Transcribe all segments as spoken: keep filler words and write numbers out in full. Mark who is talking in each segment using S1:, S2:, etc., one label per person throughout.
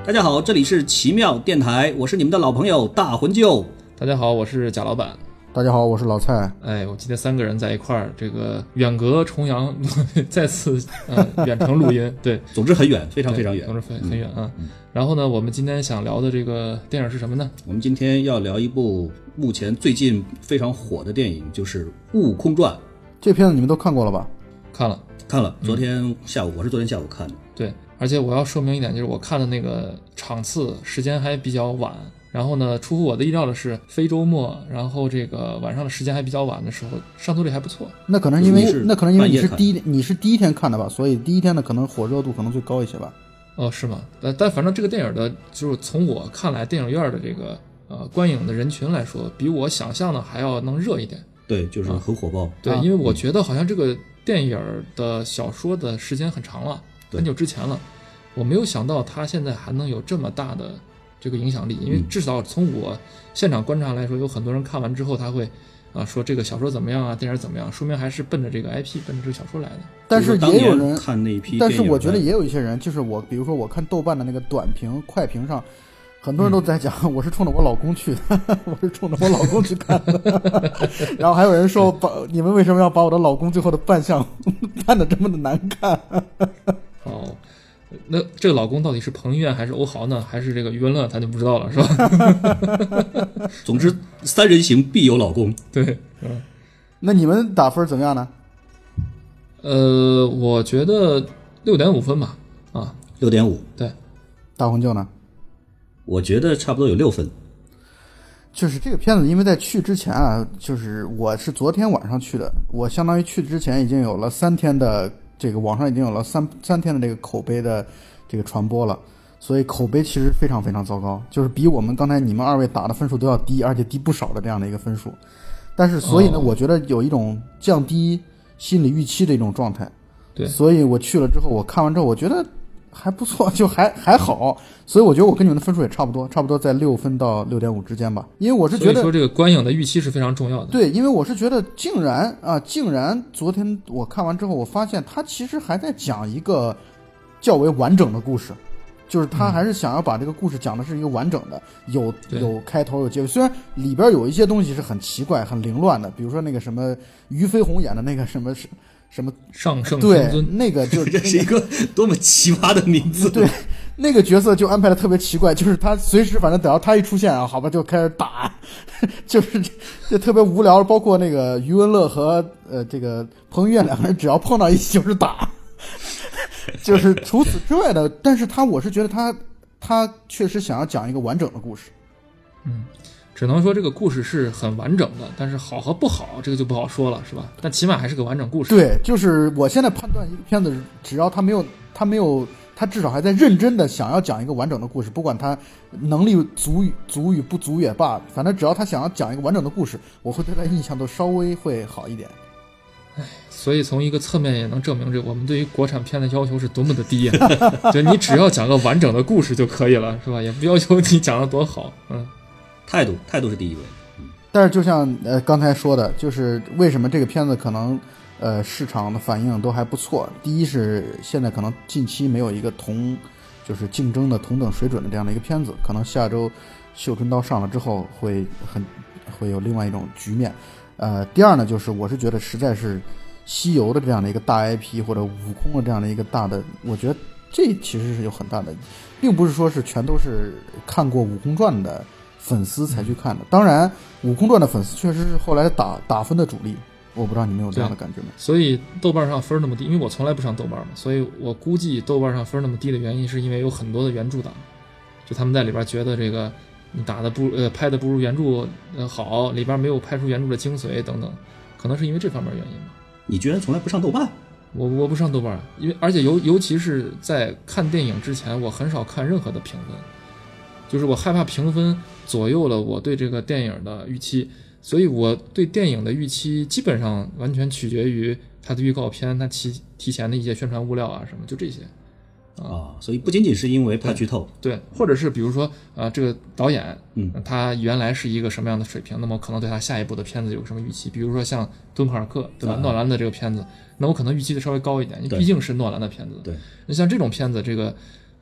S1: 大家好，这里是奇妙电台，我是你们的老朋友大魂舅。
S2: 大家好，我是贾老板。
S3: 大家好，我是老蔡。
S2: 哎，我今天三个人在一块儿，这个远隔重洋，再次呃远程录音。对，
S1: 总之很远，非常非常远，
S2: 总之很很远啊、嗯。然后呢，我们今天想聊的这个电影是什么呢？
S1: 我们今天要聊一部目前最近非常火的电影，就是《悟空传》。
S3: 这片子你们都看过了吧？
S2: 看了，
S1: 看了。昨天下午，嗯、我是昨天下午看的。
S2: 对，而且我要说明一点，就是我看的那个场次时间还比较晚。然后呢，出乎我的意料的是，非周末，然后这个晚上的时间还比较晚的时候，上座率还不错。
S3: 那可能因为那可能因为你是第一你是第一天看的吧，所以第一天的可能火热度可能最高一些吧。
S2: 哦，是吗？但但反正这个电影的，就是从我看来，电影院的这个呃观影的人群来说，比我想象的还要能热一点。
S1: 对，就是很火爆。
S2: 啊、对、啊，因为我觉得好像这个电影的小说的时间很长了，很久之前了，我没有想到它现在还能有这么大的这个影响力，因为至少从我现场观察来说，有很多人看完之后他会啊说这个小说怎么样啊，电影怎么样，说明还是奔着这个 I P 奔着这个小说来的。
S3: 但是也有人
S1: 看那一批，
S3: 但是我觉得也有一些人，就是我比如说我看豆瓣的那个短评快评上，很多人都在讲、嗯、我是冲着我老公去的我是冲着我老公去看的然后还有人说把你们为什么要把我的老公最后的扮相扮得这么的难看
S2: 哦，那这个老公到底是彭于晏还是欧豪呢，还是这个余文乐，咱就不知道了，是吧
S1: 总之三人行必有老公。
S2: 对，嗯，
S3: 那你们打分怎么样呢？
S2: 呃，我觉得六点五分吧。啊，
S1: 六点五。
S2: 对，
S3: 大红舅呢？
S1: 我觉得差不多有六分。
S3: 就是这个片子，因为在去之前啊，就是我是昨天晚上去的，我相当于去之前已经有了三天的这个网上已经有了三三天的这个口碑的这个传播了，所以口碑其实非常非常糟糕，就是比我们刚才你们二位打的分数都要低，而且低不少的这样的一个分数。但是所以呢，哦、我觉得有一种降低心理预期的一种状态。
S2: 对，
S3: 所以我去了之后，我看完之后，我觉得还不错，就还还好，所以我觉得我跟你们的分数也差不多，差不多在六分到六点五之间吧。因为我是觉得，
S2: 所以说这个观影的预期是非常重要的。
S3: 对，因为我是觉得，竟然啊，竟然昨天我看完之后，我发现他其实还在讲一个较为完整的故事，就是他还是想要把这个故事讲的是一个完整的，有有开头有结尾。虽然里边有一些东西是很奇怪、很凌乱的，比如说那个什么俞飞鸿演的那个什么什么
S2: 上圣
S3: 对
S2: 尊，
S3: 那个就
S1: 这是一个多么奇葩的名字。
S3: 对，那个角色就安排的特别奇怪，就是他随时反正等到他一出现啊，好吧就开始打，就是就特别无聊。包括那个余文乐和呃这个彭于晏两个人只要碰到一起就是打，就是除此之外的。但是他我是觉得他他确实想要讲一个完整的故事。
S2: 嗯。只能说这个故事是很完整的，但是好和不好这个就不好说了，是吧？但起码还是个完整故事。
S3: 对，就是我现在判断一个片子，只要他没有他没有他至少还在认真的想要讲一个完整的故事，不管他能力足与足与不足也罢，反正只要他想要讲一个完整的故事，我会对他印象都稍微会好一点。
S2: 唉，所以从一个侧面也能证明这我们对于国产片的要求是多么的低啊！就你只要讲个完整的故事就可以了，是吧？也不要求你讲得多好，嗯。
S1: 态度态度是第一位。
S3: 嗯，但是就像呃刚才说的，就是为什么这个片子可能呃市场的反应都还不错。第一是现在可能近期没有一个同就是竞争的同等水准的这样的一个片子，可能下周绣春刀上了之后会很会有另外一种局面。呃，第二呢，就是我是觉得实在是西游的这样的一个大 I P 或者悟空的这样的一个大的，我觉得这其实是有很大的，并不是说是全都是看过悟空传的粉丝才去看的。当然悟空传的粉丝确实是后来打打分的主力，我不知道你们有这样的感觉吗？
S2: 所以豆瓣上分那么低，因为我从来不上豆瓣嘛，所以我估计豆瓣上分那么低的原因是因为有很多的原著党，就他们在里边觉得这个你打的不呃拍的不如原著呃好，里边没有拍出原著的精髓等等，可能是因为这方面原因吧。
S1: 你居然从来不上豆瓣？
S2: 我我不上豆瓣，因为而且尤尤其是在看电影之前，我很少看任何的评分，就是我害怕评分左右了我对这个电影的预期，所以我对电影的预期基本上完全取决于它的预告片，它提提前的一些宣传物料啊什么，就这些。
S1: 啊、哦，所以不仅仅是因为怕剧透，
S2: 对，对，或者是比如说啊、呃，这个导演，
S1: 嗯，
S2: 他原来是一个什么样的水平，那么我可能对他下一部的片子有什么预期？比如说像敦刻尔克，对吧？啊、诺兰的这个片子，那我可能预期的稍微高一点，因为毕竟是诺兰的片子。
S1: 对，
S2: 那像这种片子，这个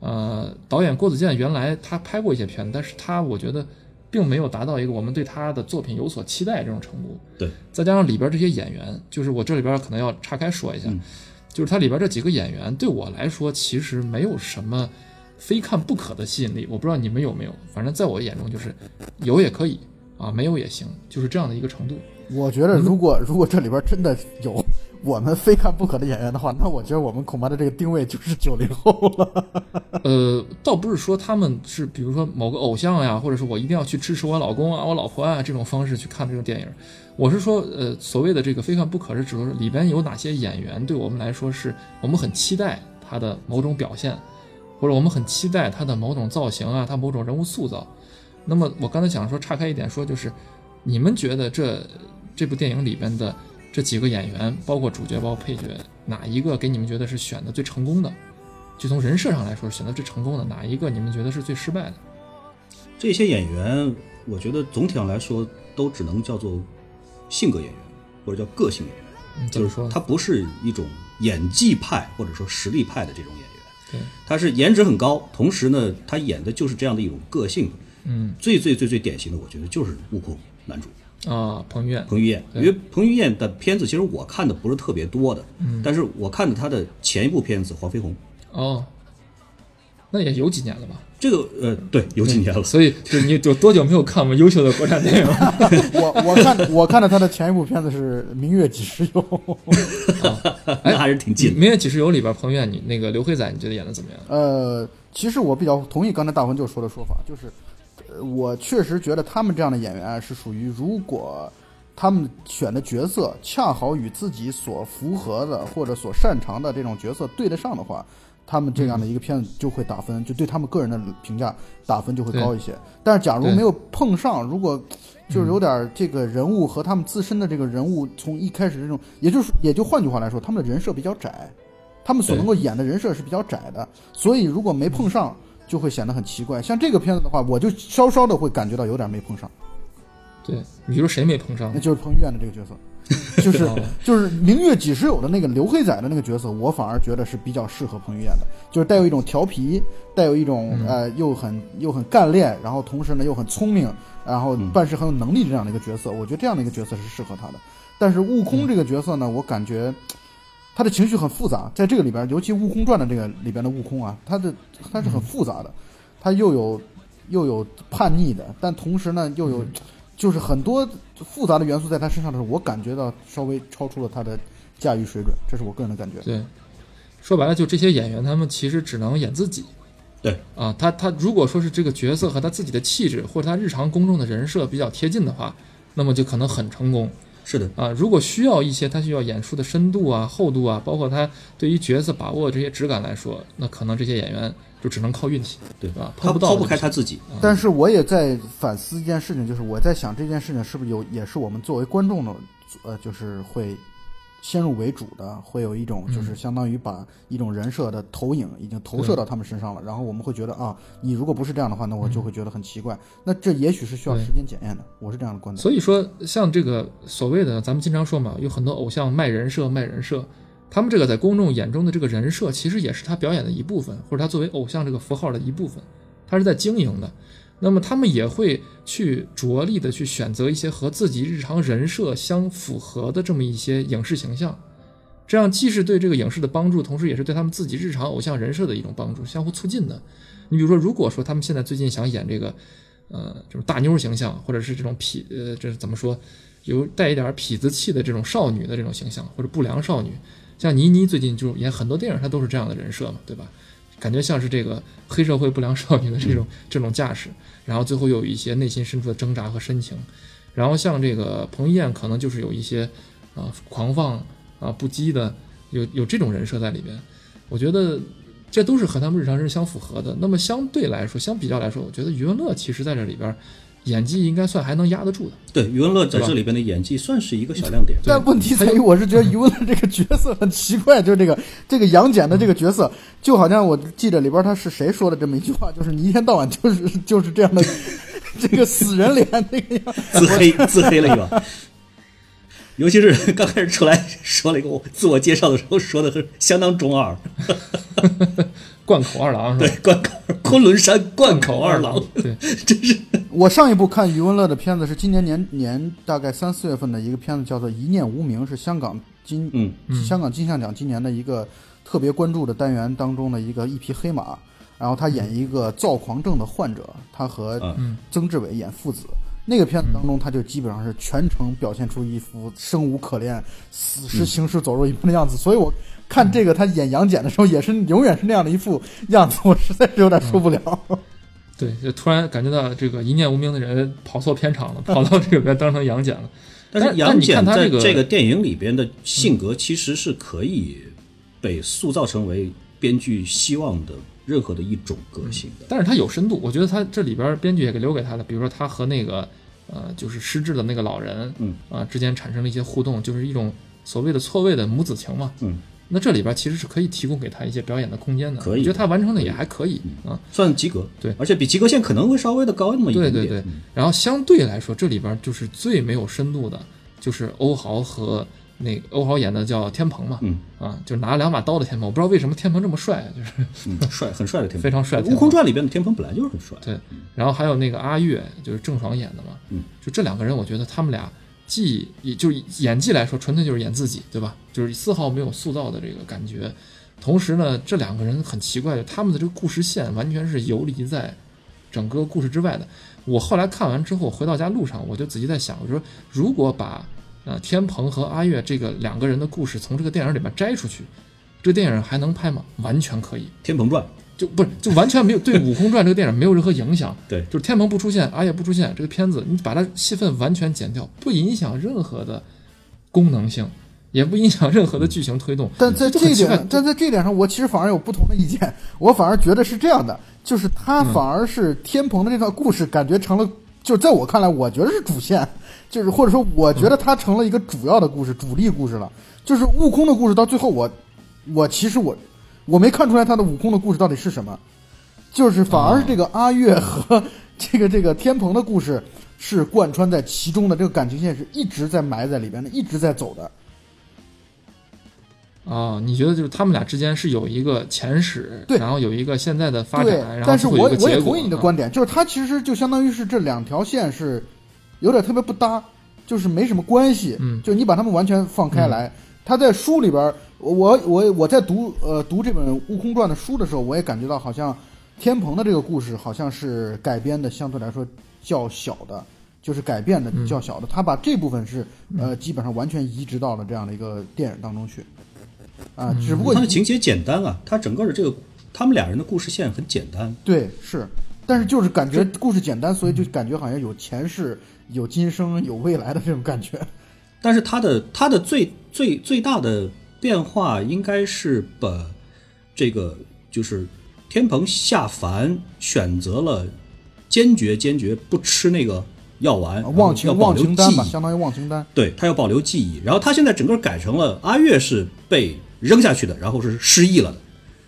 S2: 呃，导演郭子健原来他拍过一些片，但是他我觉得并没有达到一个我们对他的作品有所期待这种程度。
S1: 对，
S2: 再加上里边这些演员，就是我这里边可能要岔开说一下，
S1: 嗯、
S2: 就是他里边这几个演员对我来说其实没有什么非看不可的吸引力。我不知道你们有没有，反正在我眼中就是有也可以啊，没有也行，就是这样的一个程度。
S3: 我觉得如果、嗯、如果这里边真的有我们非看不可的演员的话，那我觉得我们恐怕的这个定位就是九零后了。
S2: 呃，倒不是说他们是比如说某个偶像呀，或者是我一定要去支持我老公啊、我老婆啊这种方式去看这种电影。我是说，呃，所谓的这个非看不可是指说里边有哪些演员对我们来说是我们很期待他的某种表现，或者我们很期待他的某种造型啊，他某种人物塑造。那么我刚才想说岔开一点说，就是你们觉得这这部电影里边的这几个演员，包括主角包括配角，哪一个给你们觉得是选的最成功的？就从人设上来说选的最成功的，哪一个你们觉得是最失败的？
S1: 这些演员我觉得总体上来说都只能叫做性格演员或者叫个性演员、
S2: 嗯、就是说
S1: 他不是一种演技派或者说实力派的这种演员，
S2: 对，
S1: 他是颜值很高，同时呢他演的就是这样的一种个性。
S2: 嗯，
S1: 最最最最典型的我觉得就是悟空男主
S2: 啊，彭于晏。
S1: 彭于晏，因为彭于晏的片子其实我看的不是特别多的，
S2: 嗯，
S1: 但是我看的他的前一部片子《黄飞鸿》。
S2: 哦，那也有几年了吧？
S1: 这个呃，对，有几年了。
S2: 所以就是你有多久没有看我们优秀的国产电影了？
S3: 我我看我看的他的前一部片子是《明月几时有》
S2: 哦，
S1: 那还是挺近的。
S2: 《明月几时有》里边彭于晏，你那个刘黑仔，你觉得演的怎么样？
S3: 呃，其实我比较同意刚才大魂就说的说法，就是。我确实觉得他们这样的演员是属于，如果他们选的角色恰好与自己所符合的或者所擅长的这种角色对得上的话，他们这样的一个片子就会打分、嗯、就对他们个人的评价打分就会高一些。但是假如没有碰上，如果就是有点这个人物和他们自身的这个人物从一开始这种，也就是也就换句话来说，他们的人设比较窄，他们所能够演的人设是比较窄的，所以如果没碰上就会显得很奇怪。像这个片子的话，我就稍稍的会感觉到有点没碰上。
S2: 对，比如谁没碰上？
S3: 那就是彭于晏的这个角色，就是就是明月几时有的那个刘黑仔的那个角色，我反而觉得是比较适合彭于晏的，就是带有一种调皮，带有一种、嗯、呃又很又很干练，然后同时呢又很聪明，然后办事很有能力这样的一个角色，我觉得这样的一个角色是适合他的。但是悟空这个角色呢，我感觉他的情绪很复杂，在这个里边，尤其《悟空传》的这个里边的悟空啊，他的他是很复杂的，他又有又有叛逆的，但同时呢又有就是很多复杂的元素在他身上的时候，我感觉到稍微超出了他的驾驭水准，这是我个人的感觉。
S2: 对，说白了，就这些演员他们其实只能演自己。
S1: 对
S2: 啊，他他如果说是这个角色和他自己的气质或者他日常公众的人设比较贴近的话，那么就可能很成功。
S1: 是的
S2: 啊，如果需要一些他需要演出的深度啊、厚度啊，包括他对于角色把握这些质感来说，那可能这些演员就只能靠运气，
S1: 对
S2: 吧？
S1: 他抛不开他自己。
S2: 啊、
S3: 但是我也在反思一件事情，就是我在想这件事情是不是有也是我们作为观众的，呃，就是会先入为主的，会有一种就是相当于把一种人设的投影已经投射到他们身上了，然后我们会觉得啊，你如果不是这样的话，那我就会觉得很奇怪。嗯、那这也许是需要时间检验的，我是这样的观点。
S2: 所以说，像这个所谓的咱们经常说嘛，有很多偶像卖人设，卖人设，他们这个在公众眼中的这个人设，其实也是他表演的一部分，或者他作为偶像这个符号的一部分，他是在经营的。那么他们也会去着力的去选择一些和自己日常人设相符合的这么一些影视形象，这样既是对这个影视的帮助，同时也是对他们自己日常偶像人设的一种帮助，相互促进的。你比如说，如果说他们现在最近想演这个呃这种大妞形象，或者是这种痞呃这是怎么说，有带一点痞子气的这种少女的这种形象，或者不良少女，像倪妮最近就演很多电影，她都是这样的人设嘛，对吧？感觉像是这个黑社会不良少女的这种这种架势，然后最后又有一些内心深处的挣扎和深情。然后像这个彭于晏可能就是有一些啊、呃、狂放啊、呃、不羁的，有有这种人设在里边。我觉得这都是和他们日常人相符合的。那么相对来说，相比较来说，我觉得余文乐其实在这里边演技应该算还能压得住的。
S1: 对，余文乐在这里边的演技算是一个小亮点。
S3: 但问题在于，我是觉得余文乐这个角色很奇怪，就是这个这个杨戬的这个角色，就好像我记得里边他是谁说的这么一句话，就是你一天到晚就是就是这样的这个死人脸那个样，
S1: 自黑自黑了一把。尤其是刚开始出来说了一个自我介绍的时候，说的是相当中二。
S2: 贯口二郎是吧？
S1: 对，贯口昆仑山贯口二郎，
S2: 对，
S1: 真是。
S3: 我上一部看余文乐的片子是今年年年大概三四月份的一个片子，叫做《一念无名》，是香港金
S1: 嗯
S3: 香港金像奖今年的一个特别关注的单元当中的一个一匹黑马。然后他演一个躁狂症的患者，他和曾志伟演父子。那个片子当中，他就基本上是全程表现出一副生无可恋、死尸行尸走肉一般的样子。所以我看这个他演杨戬的时候，也是永远是那样的一副样子，我实在是有点受不了。
S2: 对，就突然感觉到这个一念无名的人跑错片场了，跑到这个边当成杨戬了。
S1: 但是杨戬在
S2: 这
S1: 这个电影里边的性格其实是可以被塑造成为编剧希望的任何的一种个性的，
S2: 但是他有深度，我觉得他这里边编剧也给留给他的，比如说他和那个呃就是失智的那个老人，
S1: 嗯
S2: 啊之间产生了一些互动，就是一种所谓的错位的母子情嘛，
S1: 嗯，
S2: 那这里边其实是可以提供给他一些表演的空间的，
S1: 可以，
S2: 我觉得他完成的也还可以啊，
S1: 算及格，
S2: 对，
S1: 而且比及格线可能会稍微的高那么一点点，
S2: 对对对，然后相对来说，这里边就是最没有深度的，就是欧豪和。那个欧豪演的叫天蓬嘛，
S1: 嗯
S2: 啊，就拿两把刀的天蓬，我不知道为什么天蓬这么帅，就是
S1: 嗯帅很帅的天蓬，
S2: 非常帅的天蓬。
S1: 悟空传里边的天蓬本来就是很帅，
S2: 对。然后还有那个阿月，就是郑爽演的嘛，
S1: 嗯，
S2: 就这两个人，我觉得他们俩既就是演技来说，纯粹就是演自己，对吧？就是丝毫没有塑造的这个感觉。同时呢，这两个人很奇怪，他们的这个故事线完全是游离在整个故事之外的。我后来看完之后，回到家路上，我就自己在想，我说如果把呃，天蓬和阿月这个两个人的故事从这个电影里面摘出去，这个电影还能拍吗？完全可以。
S1: 天蓬传
S2: 就不是就完全没有对《悟空传》这个电影没有任何影响。
S1: 对，
S2: 就是天蓬不出现，阿月不出现，这个片子你把它戏份完全剪掉，不影响任何的功能性，也不影响任何的剧情推动。
S3: 但在这一点，但在这一点上，我其实反而有不同的意见。我反而觉得是这样的，就是他反而是天蓬的这段故事，感觉成了，就在我看来，我觉得是主线。就是或者说我觉得它成了一个主要的故事、嗯、主力故事了。就是悟空的故事到最后我我其实我我没看出来他的悟空的故事到底是什么，就是反而是这个阿月和这个这个天蓬的故事是贯穿在其中的，这个感情线是一直在埋在里边的，一直在走的。
S2: 哦，你觉得就是他们俩之间是有一个前史，
S3: 对，
S2: 然后有一个现在的发展，然后
S3: 但是我我也同意你的观
S2: 点，
S3: 点，就是它其实就相当于是这两条线是有点特别不搭，就是没什么关系。
S2: 嗯，
S3: 就你把它们完全放开来，他、嗯、在书里边，我我我在读呃读这本《悟空传》的书的时候，我也感觉到好像天蓬的这个故事好像是改编的相对来说较小的，就是改变的较小的。他、嗯、把这部分是呃基本上完全移植到了这样的一个电影当中去。啊、呃，只不过
S1: 他的情节简单啊，他整个的这个他们俩人的故事线很简单。
S3: 对，是。但是就是感觉故事简单，所以就感觉好像有前世、有今生、有未来的这种感觉。
S1: 但是它的它的最最最大的变化应该是把这个就是天蓬下凡选择了坚决坚决不吃那个药丸，
S3: 忘情忘情丹吧，相当于忘情丹。
S1: 对，他要保留记忆。然后他现在整个改成了阿月是被扔下去的，然后是失忆了的。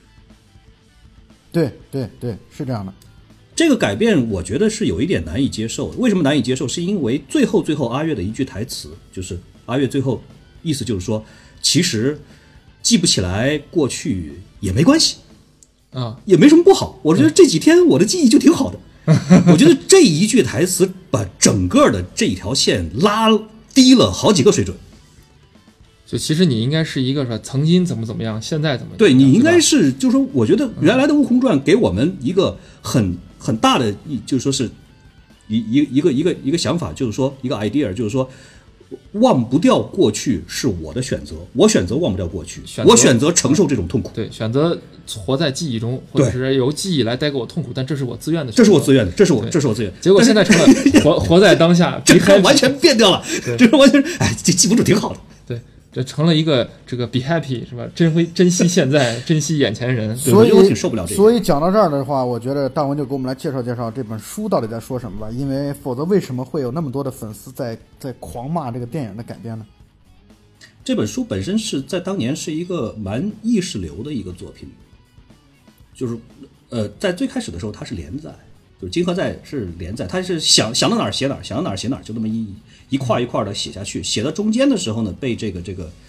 S3: 对对对，是这样的。
S1: 这个改变我觉得是有一点难以接受。为什么难以接受？是因为最后最后阿月的一句台词，就是阿月最后意思就是说，其实记不起来过去也没关系
S2: 啊，
S1: 也没什么不好。我觉得这几天我的记忆就挺好的。我觉得这一句台词把整个的这一条线拉低了好几个水准。
S2: 就其实你应该是一个说曾经怎么怎么样，现在怎么怎么样，
S1: 对，你应该是就是说，我觉得原来的《悟空传》给我们一个很很大的，就是说是一一一个一个一个想法，就是说一个 idea， 就是说忘不掉过去是我的选择，我选择忘不掉过去，
S2: 选
S1: 我选择承受这种痛苦，
S2: 对，选择活在记忆中，或者是由记忆来带给我痛苦，但这是我自愿的选择，
S1: 这是我自愿的，这是我这是我自愿的。
S2: 结果现在成了活活在当下，
S1: 这个完全变掉了，这个完全哎，这记不住挺好的。
S2: 对。这成了一个这个 be happy 是吧？珍惜珍惜现在，珍惜眼前人。
S3: 所以
S1: 我挺受不了这个。
S3: 所以讲到这儿的话，我觉得大文就给我们来介绍介绍这本书到底在说什么吧。因为否则为什么会有那么多的粉丝在在狂骂这个电影的改编呢？
S1: 这本书本身是在当年是一个蛮意识流的一个作品，就是呃，在最开始的时候它是连载，就是金河在是连载，它是想想到哪儿写哪儿，想到哪儿写哪儿，就那么一一块一块的写下去。写到中间的时候呢，被这个这个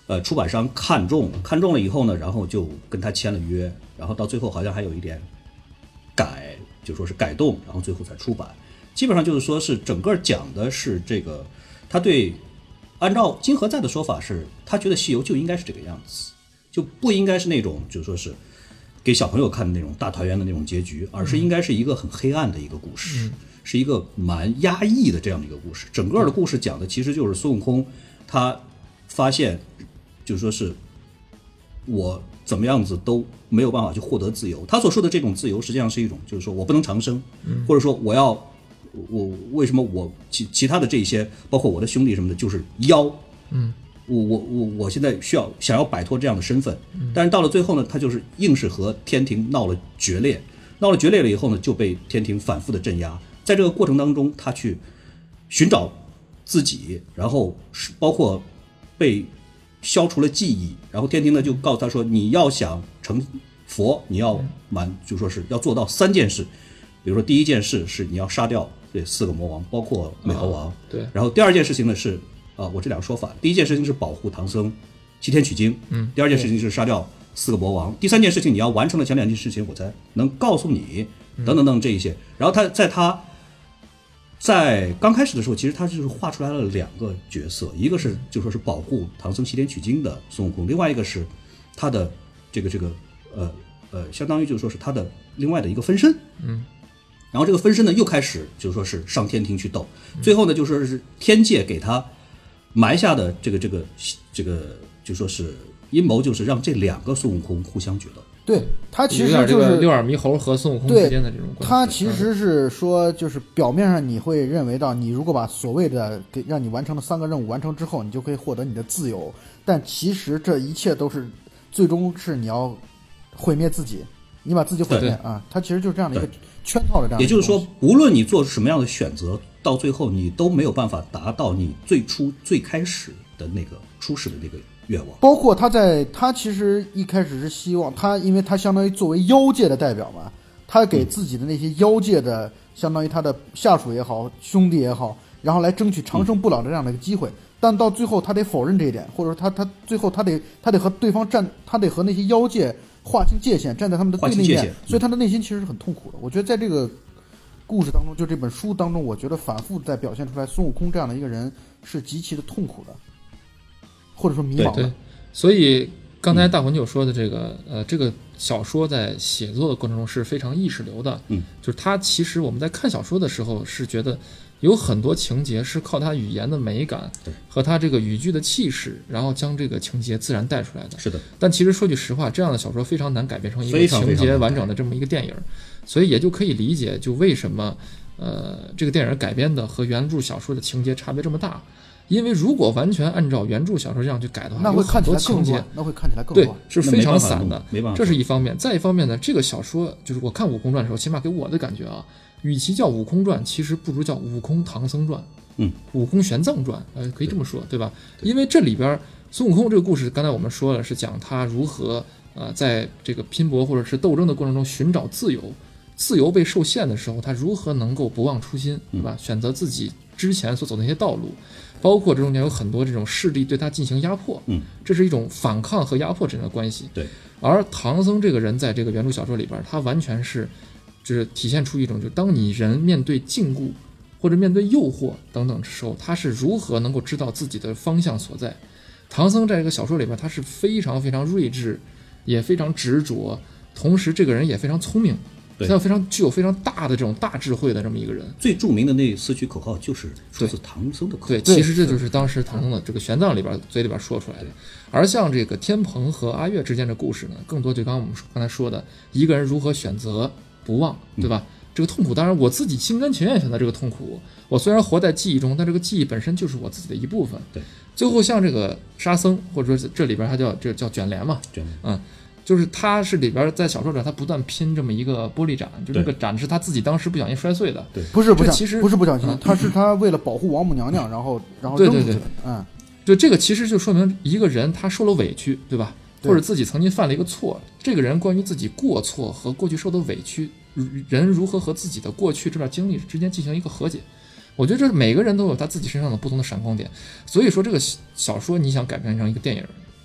S1: 呃出版商看中了，看中了以后呢，然后就跟他签了约，然后到最后好像还有一点改，就说是改动，然后最后才出版。基本上就是说是整个讲的是这个，他对按照金河在的说法是，他觉得西游就应该是这个样子，就不应该是那种就说是给小朋友看的那种大团圆的那种结局，而是应该是一个很黑暗的一个故事，嗯、是一个蛮压抑的这样的一个故事。整个的故事讲的其实就是孙悟空他发现，就是说是我怎么样子都没有办法去获得自由。他所说的这种自由，实际上是一种就是说我不能长生，嗯、或者说我要我为什么我其其他的这些，包括我的兄弟什么的，就是妖，嗯。我我我我现在需要想要摆脱这样的身份，但是到了最后呢，他就是硬是和天庭闹了决裂，闹了决裂了以后呢，就被天庭反复的镇压。在这个过程当中，他去寻找自己，然后包括被消除了记忆，然后天庭呢就告诉他说，你要想成佛，你要满就说是要做到三件事，比如说第一件事是你要杀掉这四个魔王，包括美猴王，
S2: 啊、对，
S1: 然后第二件事情呢是。啊，我这两个说法，第一件事情是保护唐僧西天取经，嗯，第二件事情是杀掉四个魔王，第三件事情你要完成了前两件事情，我才能告诉你，等等等这一些。然后他在他在刚开始的时候，其实他就是画出来了两个角色，一个是就说是保护唐僧西天取经的孙悟空，另外一个是他的这个这个呃呃，相当于就是说是他的另外的一个分身，嗯。然后这个分身呢，又开始就是说是上天庭去斗，最后呢，就说是天界给他埋下的这个这个这个就说是阴谋，就是让这两个孙悟空互相决斗。
S3: 对，他其实就是
S2: 六耳猕猴和孙悟空之间的这种关系。
S3: 他其实是说，就是表面上你会认为到，你如果把所谓的给让你完成的三个任务完成之后，你就可以获得你的自由。但其实这一切都是最终是你要毁灭自己，你把自己毁灭啊！他其实就是这样的一个圈套的这样的。
S1: 也就是说，无论你做什么样的选择，到最后你都没有办法达到你最初最开始的那个初始的那个愿望。
S3: 包括他在他其实一开始是希望他，因为他相当于作为妖界的代表嘛，他给自己的那些妖界的、嗯、相当于他的下属也好，兄弟也好，然后来争取长生不老的这样的一个机会。嗯、但到最后他得否认这一点，或者说他他最后他得他得和对方站，他得和那些妖界划清界限，站在他们的对立面，
S1: 嗯、
S3: 所以他的内心其实是很痛苦的。我觉得在这个故事当中，就这本书当中，我觉得反复在表现出来孙悟空这样的一个人是极其的痛苦的，或者说迷茫的。
S2: 对对，所以刚才大魂就说的这个、嗯、呃，这个小说在写作的过程中是非常意识流的。嗯，就是他其实我们在看小说的时候是觉得有很多情节是靠他语言的美感和他这个语句的气势，然后将这个情节自然带出来的。
S1: 是的。
S2: 但其实说句实话，这样的小说非常难改编成一个情节完整的这么一个电影，所以也就可以理解就为什么呃这个电影改编的和原著小说的情节差别这么大。因为如果完全按照原著小说这样去改的话，
S3: 那会看起来更
S2: 乱，
S3: 那会看起来更
S2: 乱，对，是非常散的，
S1: 没办法。
S2: 这是一方面，再一方面呢，这个小说就是我看《悟空传》的时候，起码给我的感觉啊，与其叫《悟空传》，其实不如叫《悟空唐僧传》，
S1: 嗯，
S2: 《悟空玄奘传》，呃，可以这么说，对吧？因为这里边孙悟空这个故事，刚才我们说了，是讲他如何呃在这个拼搏或者是斗争的过程中寻找自由，自由被受限的时候，他如何能够不忘初心，对吧？选择自己之前所走的那些道路。包括这中间有很多这种势力对他进行压迫，嗯，这是一种反抗和压迫之间的关系。
S1: 对，
S2: 而唐僧这个人在这个原著小说里边，他完全是，就是体现出一种，就当你人面对禁锢或者面对诱惑等等的时候，他是如何能够知道自己的方向所在。唐僧在这个小说里边，他是非常非常睿智，也非常执着，同时这个人也非常聪明。他有非常具有非常大的这种大智慧的这么一个人，
S1: 最著名的那四句口号就是出自唐僧的口号。
S2: 对，其实这就是当时唐僧的这个玄奘里边嘴里边说出来的。而像这个天蓬和阿岳之间的故事呢，更多就刚刚我们刚才说的，一个人如何选择不忘，对吧？嗯、这个痛苦，当然我自己心甘情愿选择这个痛苦。我虽然活在记忆中，但这个记忆本身就是我自己的一部分。
S1: 对，
S2: 最后像这个沙僧，或者说这里边他叫这叫卷帘嘛，
S1: 卷帘，
S2: 嗯。就是他是里边在小说里他不断拼这么一个玻璃盏，就这个盏是他自己当时不小心摔碎的。
S1: 对，
S3: 不是不是，
S2: 其实
S3: 不是不小心，他是他为了保护王母娘娘，然后然后扔出去的。嗯，
S2: 对，这个其实就说明一个人他受了委屈，对吧？或者自己曾经犯了一个错，这个人关于自己过错和过去受的委屈，人如何和自己的过去这段经历之间进行一个和解。我觉得这每个人都有他自己身上的不同的闪光点，所以说这个小说你想改编成一个电影，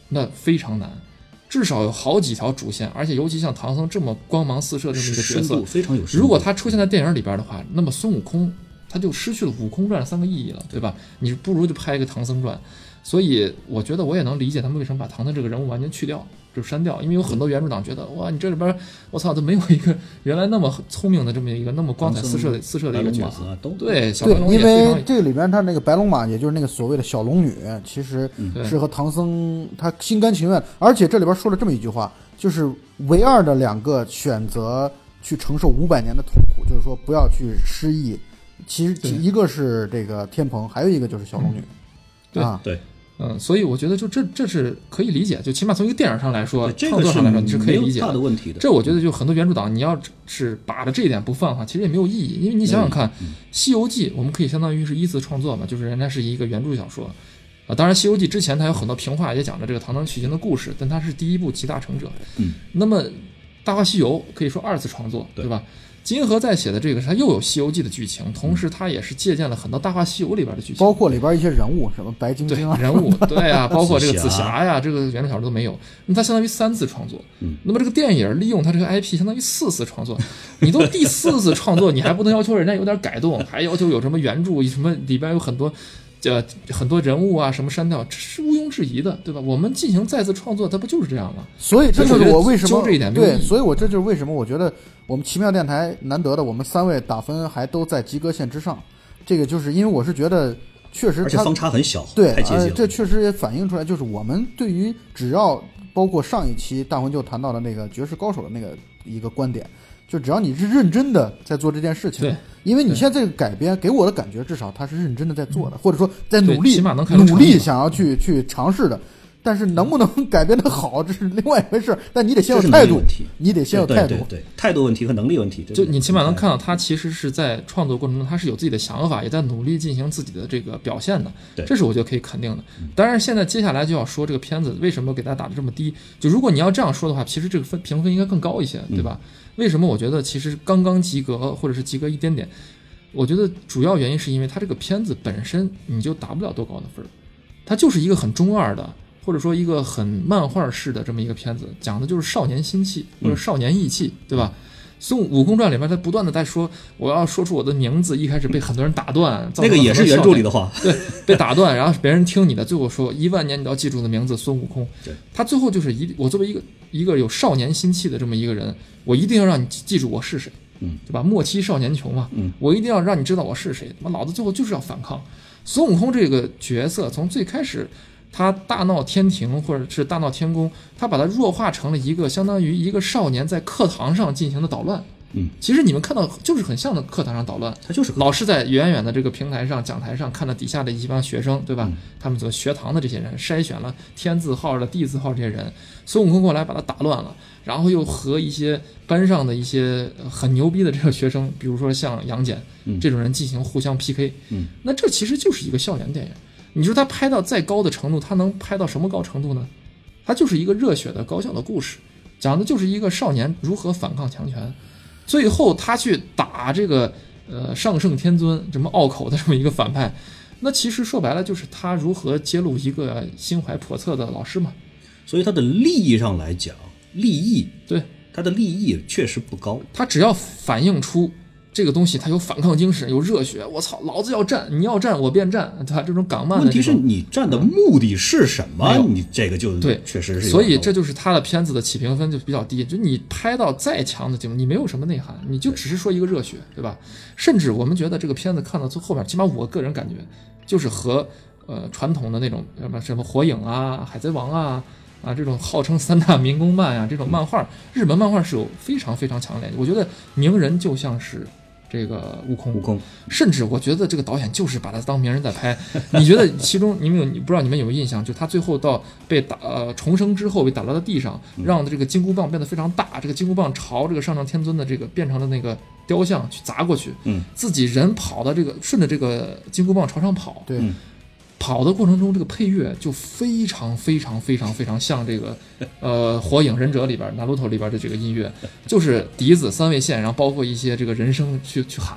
S2: 那非常难，至少有好几条主线，而且尤其像唐僧这么光芒四射这么一个角色，
S1: 非常有深度。
S2: 如果他出现在电影里边的话，那么孙悟空他就失去了悟空传三个意义了，对吧？你不如就拍一个唐僧传。所以我觉得我也能理解他们为什么把唐僧这个人物完全去掉，就删掉，因为有很多原著党觉得，哇，你这里边我操，都没有一个原来那么聪明的这么一个那么光彩四射的四射的一个角色。
S1: 啊、都
S2: 对，小白龙
S3: 对，因
S2: 也非常
S3: 为这个里边他那个白龙马，也就是那个所谓的小龙女，其实是和唐僧他心甘情愿，而且这里边说了这么一句话，就是唯二的两个选择去承受五百年的痛苦，就是说不要去失忆。其实一个是这个天蓬，还有一个就是小龙女。
S2: 嗯、对、
S3: 啊、
S1: 对。
S2: 嗯，所以我觉得就这这是可以理解，就起码从一个电影上来说，创作上来说你是可以理解的。
S1: 大的问题的。
S2: 这我觉得就很多原著党，你要是把着这一点不放的话，其实也没有意义。因为你想想看，
S1: 嗯《
S2: 西游记》我们可以相当于是一次创作嘛，就是人家是一个原著小说啊。当然，《西游记》之前它有很多平话，也讲了这个唐僧取经的故事，但它是第一部集大成者。
S1: 嗯，
S2: 那么《大话西游》可以说二次创作，对吧？金河在写的这个，它又有《西游记》的剧情，同时它也是借鉴了很多《大话西游》里边的剧情，
S3: 包括里边一些人物，什么白晶晶啊，
S2: 人物，对啊，包括这个紫霞呀，这个原著小说都没有。那么它相当于三次创作。
S1: 嗯，
S2: 那么这个电影利用它这个 I P， 相当于四次创作。你都第四次创作，你还不能要求人家有点改动，还要求有什么原著，什么里边有很多。呃，很多人物啊，什么删掉，这是毋庸置疑的，对吧？我们进行再次创作，它不就是这样吗？
S3: 所以这就是我为什么
S2: 这一点没有
S3: 对，所以我这就是为什么我觉得我们奇妙电台难得的，我们三位打分还都在及格线之上。这个就是因为我是觉得确实它，
S1: 而且方差很小，
S3: 对，
S1: 太接近了。
S3: 这确实也反映出来，就是我们对于只要包括上一期大魂就谈到的那个绝世高手的那个一个观点。就只要你是认真的在做这件事情，
S2: 对，
S3: 因为你现在这个改编给我的感觉，至少他是认真的在做的，或者说在努力，
S2: 起码能看出
S3: 努力想要去去尝试的。但是能不能改编的好，这是另外一回事。但你得先有态度，你得先有态度，
S1: 对对对，态度问题和能力问题。
S2: 就你起码能看到他其实是在创作过程中，他是有自己的想法，也在努力进行自己的这个表现的。这是我觉得可以肯定的。当然，现在接下来就要说这个片子为什么给大家打得这么低。就如果你要这样说的话，其实这个分评分应该更高一些，对吧？嗯、为什么我觉得其实刚刚及格，或者是及格一点点？我觉得主要原因是因为它这个片子本身你就打不了多高的分，它就是一个很中二的。或者说一个很漫画式的这么一个片子，讲的就是少年心气或者少年意气，嗯、对吧？孙悟空传里面他不断的在说，我要说出我的名字，一开始被很多人打断，
S1: 那个也是原著里的话，
S2: 对，被打断，然后别人听你的，最后说一万年你都要记住的名字孙悟空。
S1: 对，
S2: 他最后就是一，我作为一个一个有少年心气的这么一个人，我一定要让你记住我是谁，
S1: 嗯，
S2: 对吧？莫欺少年穷嘛，
S1: 嗯，
S2: 我一定要让你知道我是谁，他妈老子最后就是要反抗。孙悟空这个角色从最开始。他大闹天庭或者是大闹天宫，他把它弱化成了一个相当于一个少年在课堂上进行的捣乱。
S1: 嗯，
S2: 其实你们看到就是很像的课堂上捣乱，
S1: 他就是
S2: 老师在远远的这个平台上讲台上看到底下的一帮学生，对吧？
S1: 嗯、
S2: 他们所学堂的这些人筛选了天字号的地字号这些人，孙悟空过来把他打乱了，然后又和一些班上的一些很牛逼的这个学生，比如说像杨戬、
S1: 嗯、
S2: 这种人进行互相 P K。
S1: 嗯，
S2: 那这其实就是一个校园电影。你说他拍到再高的程度，他能拍到什么高程度呢？他就是一个热血的高校的故事，讲的就是一个少年如何反抗强权，最后他去打这个呃上圣天尊这么拗口的这么一个反派，那其实说白了就是他如何揭露一个心怀叵测的老师嘛。
S1: 所以他的利益上来讲，利益
S2: 对
S1: 他的利益确实不高，
S2: 他只要反映出。这个东西它有反抗精神，有热血，我操，老子要战，你要战我便战，对吧？这种港漫的
S1: 问题是你战的目的是什么？
S2: 嗯、
S1: 你这个就
S2: 对，
S1: 确实是。
S2: 所以这就是他的片子的起评分就比较低。就你拍到再强的节目，你没有什么内涵，你就只是说一个热血，对吧？甚至我们觉得这个片子看到最后面，起码我个人感觉就是和呃传统的那种什么什么火影啊、海贼王啊。啊，这种号称三大民工漫啊，这种漫画，日本漫画是有非常非常强烈的。我觉得鸣人就像是这个悟空，
S1: 悟空，
S2: 甚至我觉得这个导演就是把他当鸣人在拍。你觉得其中你们有，你不知道你们有没有印象？就他最后到被打呃重生之后被打到了地上，让这个金箍棒变得非常大，这个金箍棒朝这个上上天尊的这个变成了那个雕像去砸过去，
S1: 嗯，
S2: 自己人跑到这个顺着这个金箍棒朝上跑，
S3: 对。
S1: 嗯
S2: 跑的过程中，这个配乐就非常非常非常非常像这个，呃，《火影忍者》里边、《Naruto》里边的这个音乐，就是笛子三味线，然后包括一些这个人声去去喊，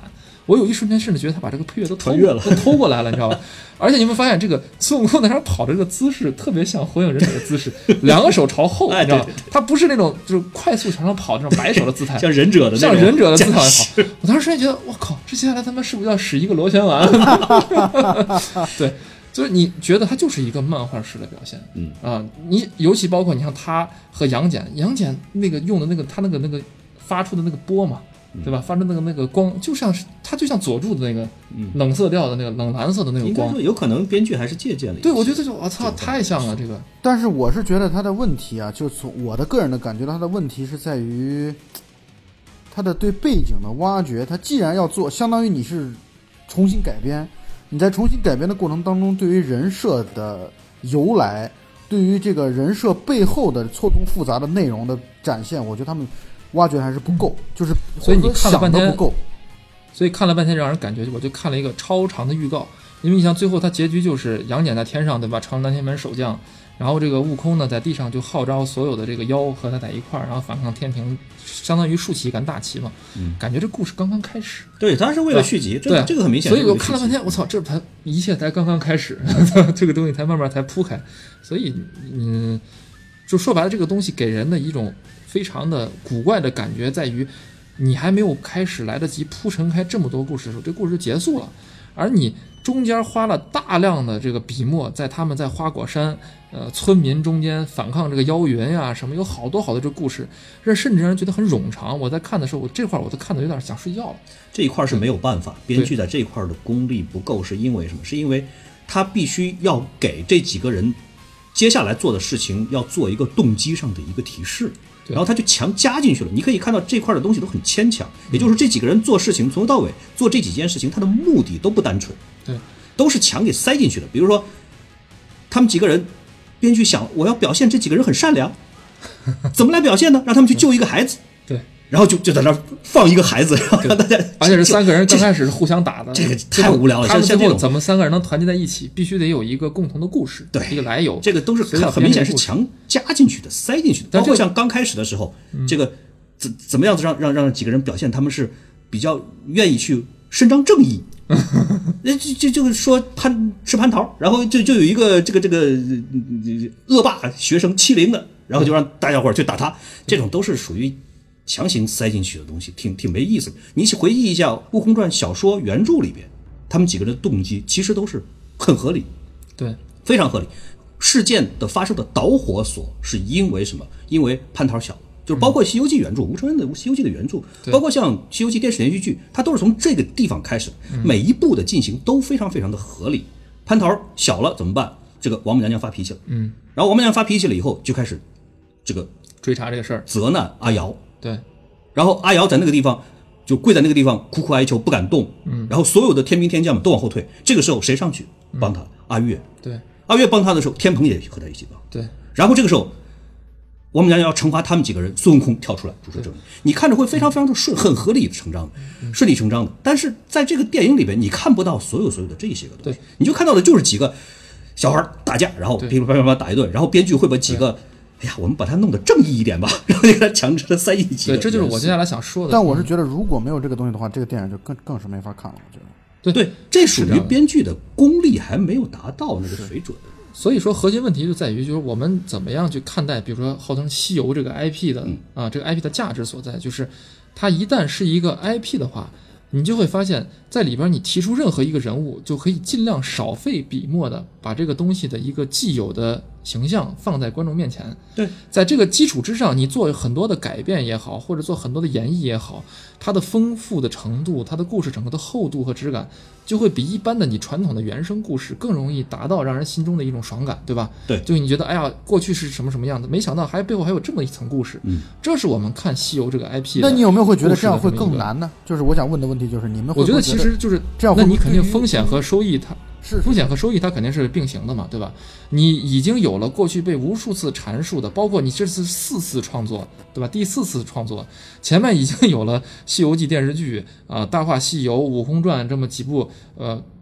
S2: 我有一瞬间甚至觉得他把这个配乐都偷
S1: 穿越了
S2: 都偷过来了，你知道吧？而且你们发现这个孙悟空在那儿跑的这个姿势特别像火影忍者的姿势，两个手朝后，
S1: 哎
S2: 你知道吧？他不是那种就是快速向上跑这种摆手的姿态，
S1: 像忍者的那种，
S2: 像忍者的姿态跑。我当时瞬间觉得，我靠，这接下来他妈是不是要使一个螺旋丸？对。就是你觉得它就是一个漫画式的表现，
S1: 嗯
S2: 啊，你尤其包括你像他和杨戬，杨戬那个用的那个他那个那个发出的那个波嘛，对吧？发出那个那个光，就像是他就像佐助的那个冷色调的那个冷蓝色的那个光，
S1: 应该说有可能编剧还是借鉴了一些。
S2: 对，我觉得就我操，太像了这个。
S3: 但是我是觉得他的问题啊，就从我的个人的感觉到他的问题是在于他的对背景的挖掘。他既然要做，相当于你是重新改编。你在重新改编的过程当中，对于人设的由来，对于这个人设背后的错综复杂的内容的展现，我觉得他们挖掘还是不够，就是
S2: 所以你看了半天
S3: 不够，
S2: 所以看了半天让人感觉，我就看了一个超长的预告，因为你像最后他结局就是杨戬在天上，对吧？成了南天门守将，然后这个悟空呢在地上就号召所有的这个妖和他在一块儿，然后反抗天庭，相当于竖起一杆大旗嘛。嗯，感觉这故事刚刚开始。
S1: 对，他是为了续集，这
S2: 对
S1: 这个很明显。
S2: 所以我看了半天，我操，这才一切才刚刚开始，这个东西才慢慢才铺开。所以，嗯，就说白了，这个东西给人的一种非常的古怪的感觉，在于你还没有开始来得及铺陈开这么多故事的时候，这故事就结束了，而你中间花了大量的这个笔墨，在他们在花果山呃村民中间反抗这个妖云呀、啊、什么，有好多好多这个故事，这甚至让人觉得很冗长。我在看的时候，我这块我都看得有点想睡觉了。
S1: 这一块是没有办法，编剧在这一块的功力不够，是因为什么？是因为他必须要给这几个人接下来做的事情要做一个动机上的一个提示。然后他就强加进去了，你可以看到这块的东西都很牵强，也就是这几个人做事情从头到尾做这几件事情，他的目的都不单纯，
S2: 对，
S1: 都是强给塞进去的。比如说，他们几个人，编剧想我要表现这几个人很善良，怎么来表现呢？让他们去救一个孩子，
S2: 对，
S1: 然后就就在那放一个孩子，然后让大家，
S2: 而且是三个人刚开始是互相打的，
S1: 这个太无聊了。
S2: 他们最
S1: 像这种
S2: 后怎么三个人能团结在一起，必须得有一个共同的故事，
S1: 对，
S2: 一个来由，
S1: 这个都是很明显是强加进去的，塞进去的。包括像刚开始的时候，嗯、这个怎怎么样子让让让几个人表现他们是比较愿意去伸张正义。就就就是说蟠吃蟠桃，然后就就有一个这个这个恶霸学生欺凌的，然后就让大家伙去打他，这种都是属于强行塞进去的东西，挺挺没意思的。你回忆一下《悟空传》小说原著里边，他们几个人的动机其实都是很合理，
S2: 对，
S1: 非常合理。事件的发生的导火索是因为什么？因为蟠桃小。就是包括《西游记》原著，吴承恩的《西游记》的原著，包括像《西游记》电视连续剧，它都是从这个地方开始的，每一步的进行都非常非常的合理。蟠桃小了怎么办？这个王母娘娘发脾气了，嗯，然后王母娘娘发脾气了以后，就开始这个
S2: 追查这个事儿，
S1: 责难阿瑶，
S2: 对，
S1: 然后阿瑶在那个地方就跪在那个地方苦苦哀求，不敢动，嗯，然后所有的天兵天将们都往后退，这个时候谁上去帮他？阿月，
S2: 对，
S1: 阿月帮他的时候，天蓬也和他一起帮，
S2: 对，
S1: 然后这个时候。我们娘要惩罚他们几个人，孙悟空跳出来主持正义，你看着会非常非常的顺，很合理成章的，顺理成章的。但是在这个电影里边，你看不到所有所有的这些个东西，你就看到的就是几个小孩打架，然后噼里啪啦啪打一顿，然后编剧会把几个，哎呀，我们把它弄得正义一点吧，然后就给他强制的塞进去。
S2: 对，这就是我接下来想说的。
S3: 但我是觉得，如果没有这个东西的话，这个电影就更更是没法看了。我觉得，
S2: 对
S1: 对，这属于编剧的功力还没有达到那个水准。
S2: 所以说，核心问题就在于，就是我们怎么样去看待，比如说号称西游这个 I P 的、嗯、啊，这个 I P 的价值所在，就是它一旦是一个 I P 的话，你就会发现，在里边你提出任何一个人物，就可以尽量少费笔墨的把这个东西的一个既有的形象放在观众面前。
S1: 对，
S2: 在这个基础之上，你做很多的改变也好，或者做很多的演绎也好，它的丰富的程度，它的故事整个的厚度和质感，就会比一般的你传统的原声故事更容易达到让人心中的一种爽感，对吧？
S1: 对，
S2: 就是你觉得，哎呀，过去是什么什么样子，没想到还背后还有这么一层故事。嗯，这是我们看西游这个 I P 的。
S3: 那你有没有会觉得这样会更难呢？就是我想问的问题就是，你们会不会
S2: 我觉得其实就是
S3: 这样会不会，
S2: 那你肯定风险和收益它。
S3: 是
S2: 风险和收益它肯定是并行的嘛，对吧？你已经有了过去被无数次阐述的，包括你这次四次创作，对吧？第四次创作，前面已经有了《西游记》电视剧啊、呃，《大话西游》《悟空传》这么几部呃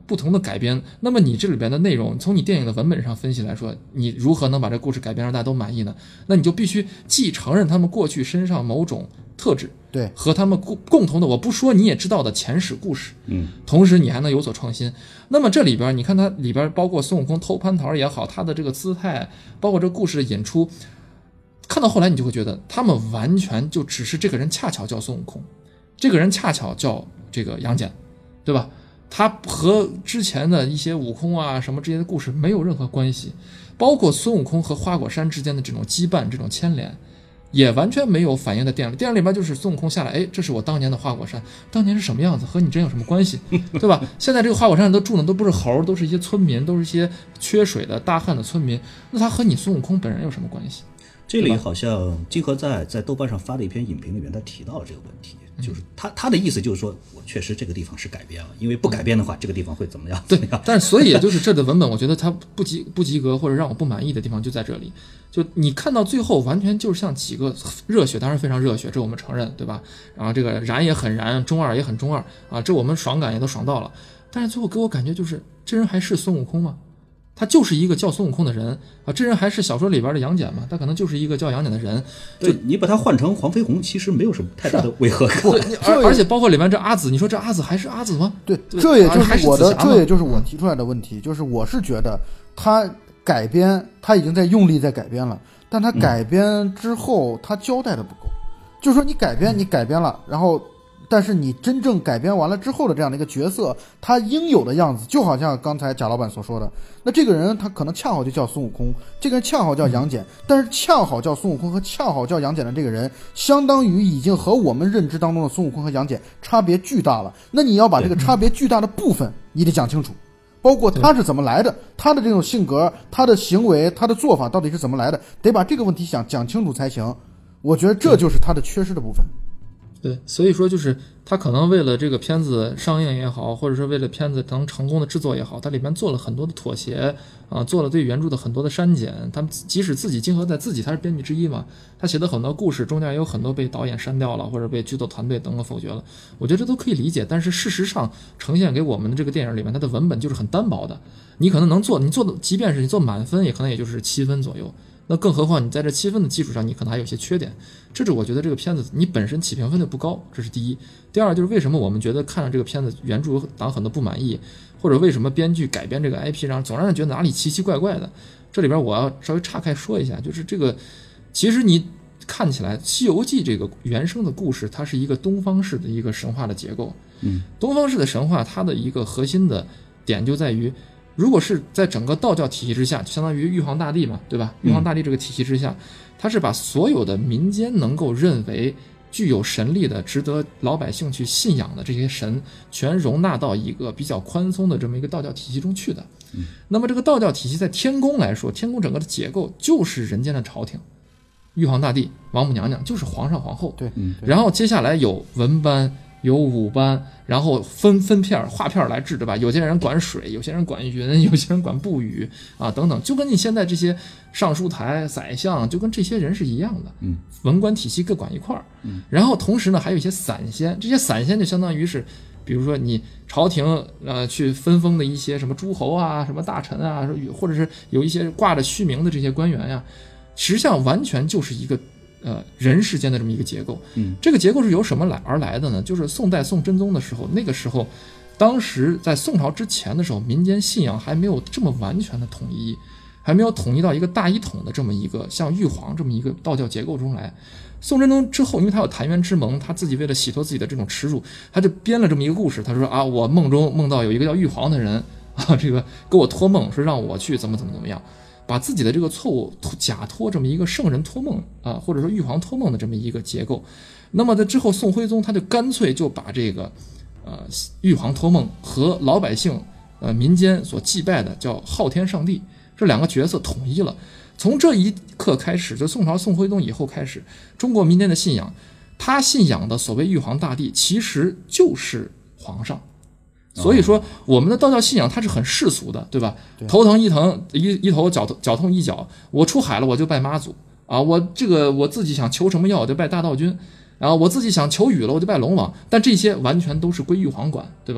S2: 不同的改编，那么你这里边的内容，从你电影的文本上分析来说，你如何能把这故事改编让大家都满意呢？那你就必须既承认他们过去身上某种特质，
S3: 对，
S2: 和他们共共同的，我不说你也知道的前史故事，
S1: 嗯，
S2: 同时你还能有所创新。那么这里边，你看它里边包括孙悟空偷蟠桃也好，他的这个姿态，包括这故事的引出，看到后来你就会觉得，他们完全就只是这个人恰巧叫孙悟空，这个人恰巧叫这个杨戬，对吧？他和之前的一些悟空啊什么这些故事没有任何关系，包括孙悟空和花果山之间的这种羁绊、这种牵连，也完全没有反映在电影里。电影里边就是孙悟空下来，哎，这是我当年的花果山，当年是什么样子，和你真有什么关系，对吧？现在这个花果山上都住的都不是猴，都是一些村民，都是一些缺水的大旱的村民，那他和你孙悟空本人有什么关系？
S1: 这里好像金河在在豆瓣上发的一篇影评里面，他提到了这个问题，就是他他的意思就是说，我确实这个地方是改编了，因为不改编的话，这个地方会怎么样？
S2: 对，但是所以也就是这的文本，我觉得它不及不及格或者让我不满意的地方就在这里，就你看到最后完全就是像几个热血，当然非常热血，这我们承认，对吧？然后这个燃也很燃，中二也很中二啊，这我们爽感也都爽到了，但是最后给我感觉就是这人还是孙悟空吗？他就是一个叫孙悟空的人啊，这人还是小说里边的杨戬嘛，他可能就是一个叫杨戬的人。
S1: 对，你把他换成黄飞鸿，其实没有什么太大的违和感。
S2: 而而且包括里面这阿紫，你说这阿紫还是阿紫吗？
S3: 对，
S2: 对
S3: 这也就是我的，
S2: 啊、
S3: 这也就是我提出来的问题，就是我是觉得他改编，他已经在用力在改编了，但他改编之后，他交代的不够。就是说你改编，你改编了，然后。但是你真正改编完了之后的这样的一个角色，他应有的样子，就好像刚才贾老板所说的，那这个人他可能恰好就叫孙悟空，这个人恰好叫杨戬，但是恰好叫孙悟空和恰好叫杨戬的这个人，相当于已经和我们认知当中的孙悟空和杨戬差别巨大了。那你要把这个差别巨大的部分，你得讲清楚，包括他是怎么来的，他的这种性格，他的行为，他的做法到底是怎么来的，得把这个问题想讲清楚才行。我觉得这就是他的缺失的部分。
S2: 对，所以说就是他可能为了这个片子上映也好，或者是为了片子能成功的制作也好，他里面做了很多的妥协啊，做了对原著的很多的删减。他们即使自己金河在自己他是编剧之一嘛，他写的很多故事中间也有很多被导演删掉了，或者被剧组团队等等否决了。我觉得这都可以理解，但是事实上呈现给我们的这个电影里面，它的文本就是很单薄的。你可能能做，你做的即便是你做满分，也可能也就是七分左右。那更何况你在这七分的基础上，你可能还有些缺点，这是我觉得这个片子你本身起评分就不高，这是第一。第二就是为什么我们觉得看了这个片子原著党很多不满意，或者为什么编剧改编这个 I P 让总让人觉得哪里奇奇怪怪的。这里边我要稍微岔开说一下，就是这个其实你看起来《西游记》这个原生的故事，它是一个东方式的一个神话的结构。
S1: 嗯，
S2: 东方式的神话它的一个核心的点就在于，如果是在整个道教体系之下，就相当于玉皇大帝嘛，对吧？玉皇大帝这个体系之下，他是把所有的民间能够认为具有神力的、值得老百姓去信仰的这些神，全容纳到一个比较宽松的这么一个道教体系中去的。
S1: 嗯，
S2: 那么这个道教体系在天宫来说，天宫整个的结构就是人间的朝廷，玉皇大帝、王母娘娘就是皇上皇后。
S3: 对，
S1: 嗯，
S2: 然后接下来有文班。有武班，然后分分片划片来治，对吧？有些人管水，有些人管云，有些人管布雨啊，等等，就跟你现在这些尚书台、宰相，就跟这些人是一样的。
S1: 嗯，
S2: 文官体系各管一块儿。
S1: 嗯，
S2: 然后同时呢，还有一些散仙，这些散仙就相当于是，比如说你朝廷呃去分封的一些什么诸侯啊、什么大臣啊，或者是有一些挂着虚名的这些官员呀，实际上完全就是一个。呃，人世间的这么一个结构，
S1: 嗯，
S2: 这个结构是由什么来而来的呢？就是宋代宋真宗的时候，那个时候，当时在宋朝之前的时候，民间信仰还没有这么完全的统一，还没有统一到一个大一统的这么一个像玉皇这么一个道教结构中来。宋真宗之后，因为他有澶渊之盟，他自己为了洗脱自己的这种耻辱，他就编了这么一个故事。他说啊，我梦中梦到有一个叫玉皇的人啊，这个给我托梦，说让我去怎么怎么怎么样。把自己的这个错误假托这么一个圣人托梦啊，或者说玉皇托梦的这么一个结构。那么在之后，宋徽宗他就干脆就把这个呃玉皇托梦和老百姓呃民间所祭拜的叫昊天上帝这两个角色统一了。从这一刻开始，就宋朝宋徽宗以后开始，中国民间的信仰，他信仰的所谓玉皇大帝其实就是皇上。所以说，我们的道教信仰它是很世俗的，对吧？
S3: 对，
S2: 头疼一疼一一头，脚脚痛一脚，我出海了我就拜妈祖啊，我这个我自己想求什么药我就拜大道君，然后我自己想求雨了我就拜龙王，但这些完全都是归玉皇管，对吧？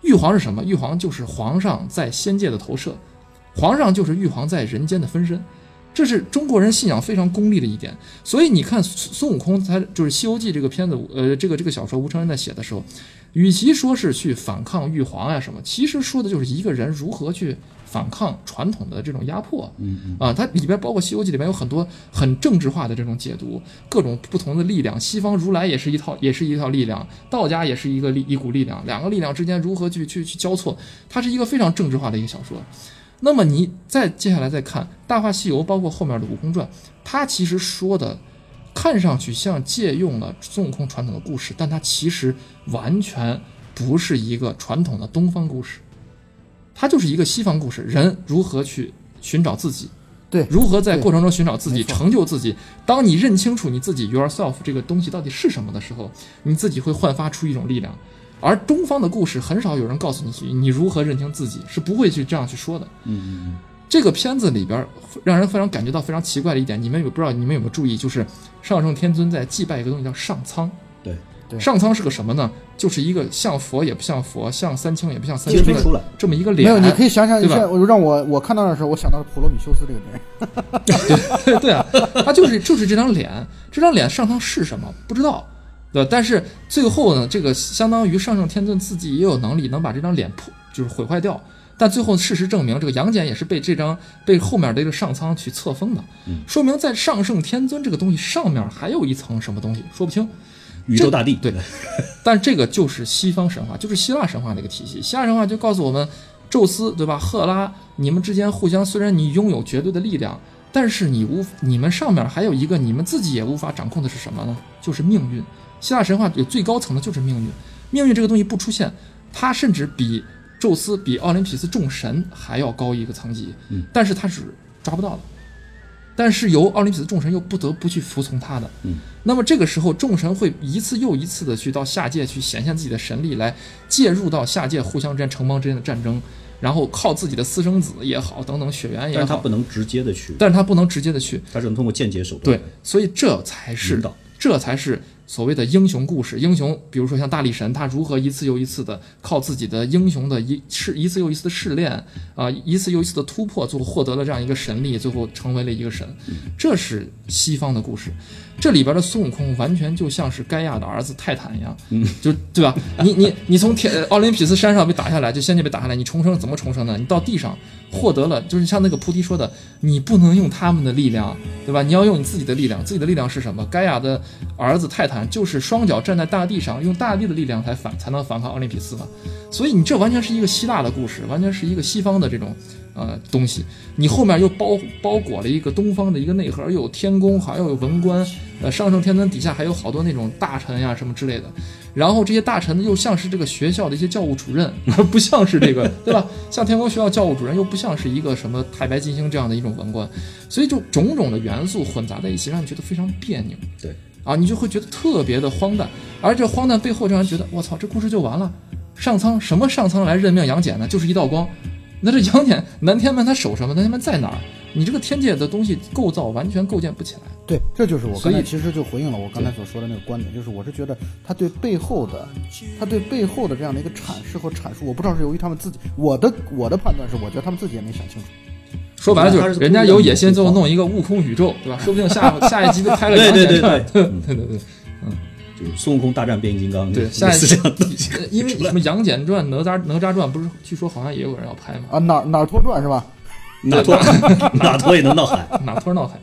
S2: 玉皇是什么？玉皇就是皇上在仙界的投射，皇上就是玉皇在人间的分身，这是中国人信仰非常功利的一点。所以你看孙悟空，他就是《西游记》这个片子，呃，这个这个小说吴承恩在写的时候，与其说是去反抗玉皇呀什么，其实说的就是一个人如何去反抗传统的这种压迫。
S1: 嗯
S2: 啊，它里边包括《西游记》里边有很多很政治化的这种解读，各种不同的力量。西方如来也是一套，也是一套力量，道家也是一个力一股力量，两个力量之间如何去去去交错，它是一个非常政治化的一个小说。那么你再接下来再看《大话西游》，包括后面的《悟空传》，它其实说的看上去像借用了孙悟空传统的故事，但它其实完全不是一个传统的东方故事，它就是一个西方故事，人如何去寻找自己，
S3: 对，
S2: 如何在过程中寻找自己，
S3: 没错
S2: 成就自己。当你认清楚你自己 yourself 这个东西到底是什么的时候，你自己会焕发出一种力量。而东方的故事很少有人告诉你你如何认清自己，是不会去这样去说的。
S1: 嗯嗯
S2: 这个片子里边让人非常感觉到非常奇怪的一点，你们有不知道你们有没有注意，就是上圣天尊在祭拜一个东西叫上苍。
S1: 对
S3: 对
S2: 上苍是个什么呢？就是一个像佛也不像佛，像三清也不像三清的
S1: 揭推出来
S2: 这么一个脸。
S3: 没有，你可以想想，
S2: 对吧
S3: 现在我让我我看到的时候，我想到了普罗米修斯这个电影。
S2: 对对啊，他就是就是这张脸，这张脸上苍是什么不知道，对吧？但是最后呢，这个相当于上圣天尊自己也有能力能把这张脸破，就是毁坏掉。但最后事实证明，这个杨戬也是被这张被后面的这个上苍去册封的，
S1: 嗯
S2: 说明在上圣天尊这个东西上面还有一层什么东西，说不清。
S1: 宇宙大帝
S2: 对，但这个就是西方神话，就是希腊神话的一个体系。希腊神话就告诉我们，宙斯对吧，赫拉，你们之间互相，虽然你拥有绝对的力量，但是你无你们上面还有一个你们自己也无法掌控的是什么呢？就是命运。希腊神话有最高层的就是命运，命运这个东西不出现，它甚至比宙斯比奥林匹斯众神还要高一个层级，
S1: 嗯，
S2: 但是他是抓不到的，但是由奥林匹斯众神又不得不去服从他的，
S1: 嗯，
S2: 那么这个时候众神会一次又一次的去到下界去显现自己的神力，来介入到下界互相之间城邦之间的战争，然后靠自己的私生子也好，等等血缘也好，
S1: 但是他不能直接的去，
S2: 但是他不能直接的去，
S1: 他只能通过间接手段。
S2: 对，所以这才是
S1: 引导
S2: 这才是所谓的英雄故事。英雄，比如说像大力神，他如何一次又一次的靠自己的英雄的一试一次又一次的试炼啊、呃，一次又一次的突破，最后获得了这样一个神力，最后成为了一个神。这是西方的故事。这里边的孙悟空完全就像是盖亚的儿子泰坦一样，
S1: 嗯，
S2: 就对吧？你你你从天奥林匹斯山上被打下来，就仙界被打下来，你重生怎么重生呢？你到地上获得了，就是像那个菩提说的，你不能用他们的力量，对吧？你要用你自己的力量。自己的力量是什么？盖亚的儿子泰坦就是双脚站在大地上，用大地的力量才反才能反抗奥林匹斯嘛。所以你这完全是一个希腊的故事，完全是一个西方的这种呃东西。你后面又包包裹了一个东方的一个内核，又有天宫，还有文官，呃，上圣天尊底下还有好多那种大臣呀什么之类的。然后这些大臣又像是这个学校的一些教务主任，而不像是这个，对吧？像天宫学校教务主任又不像是一个什么太白金星这样的一种文官，所以就种种的元素混杂在一起，让你觉得非常别扭。
S1: 对
S2: 啊，你就会觉得特别的荒诞，而这荒诞背后让人觉得，我操，这故事就完了。上苍什么上苍来任命杨戬呢？就是一道光。那这杨戬南天门他守什么？南天门在哪儿？你这个天界的东西构造完全构建不起来。
S3: 对，这就是我刚才
S2: 所以
S3: 其实就回应了我刚才所说的那个观点，就是我是觉得他对背后的，他对背后的这样的一个阐释和阐述，我不知道是由于他们自己，我的我的判断是，我觉得他们自己也没想清楚。
S2: 说白了就是人家有野心，最后弄一个悟空宇宙，对吧？说不定下下一集就拍个杨戬传。对对对对，嗯，
S1: 就是孙悟空大战变形金刚，
S2: 对，下一集
S1: 集
S2: 因为什么杨戬传、哪吒哪吒传不是据说好像也有人要拍吗？
S3: 啊，哪哪托传是吧？
S1: 哪托哪托也能闹海，
S2: 哪托闹海。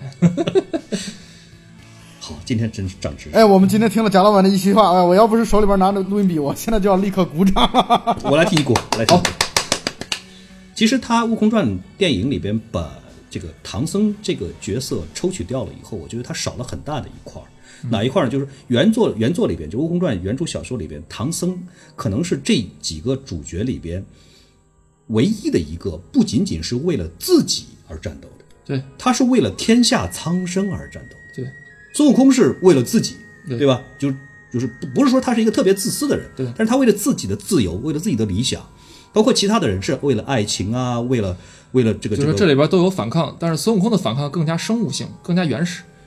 S1: 好，今天真是长知识。
S3: 哎，我们今天听了贾老板的一席话，哎，我要不是手里边拿着录音笔，我现在就要立刻鼓掌。
S1: 我来替你鼓，我来替你鼓。其实他《悟空传》电影里边把这个唐僧这个角色抽取掉了以后，我觉得他少了很大的一块。哪一块呢？就是原作原作里边，就《悟空传》原著小说里边，唐僧可能是这几个主角里边唯一的一个不仅仅是为了自己而战斗的，
S2: 对，
S1: 他是为了天下苍生而战斗的。
S2: 对，
S1: 孙悟空是为了自己，
S2: 对
S1: 对吧？就就是不不是说他是一个特别自私的人，
S2: 对，
S1: 但是他为了自己的自由，为了自己的理想，包括其他的人是为了爱情啊，为了为了这个
S2: 就是
S1: 这个，
S2: 这里边都有反抗，但是孙悟空的反抗更加生物性，更加原始。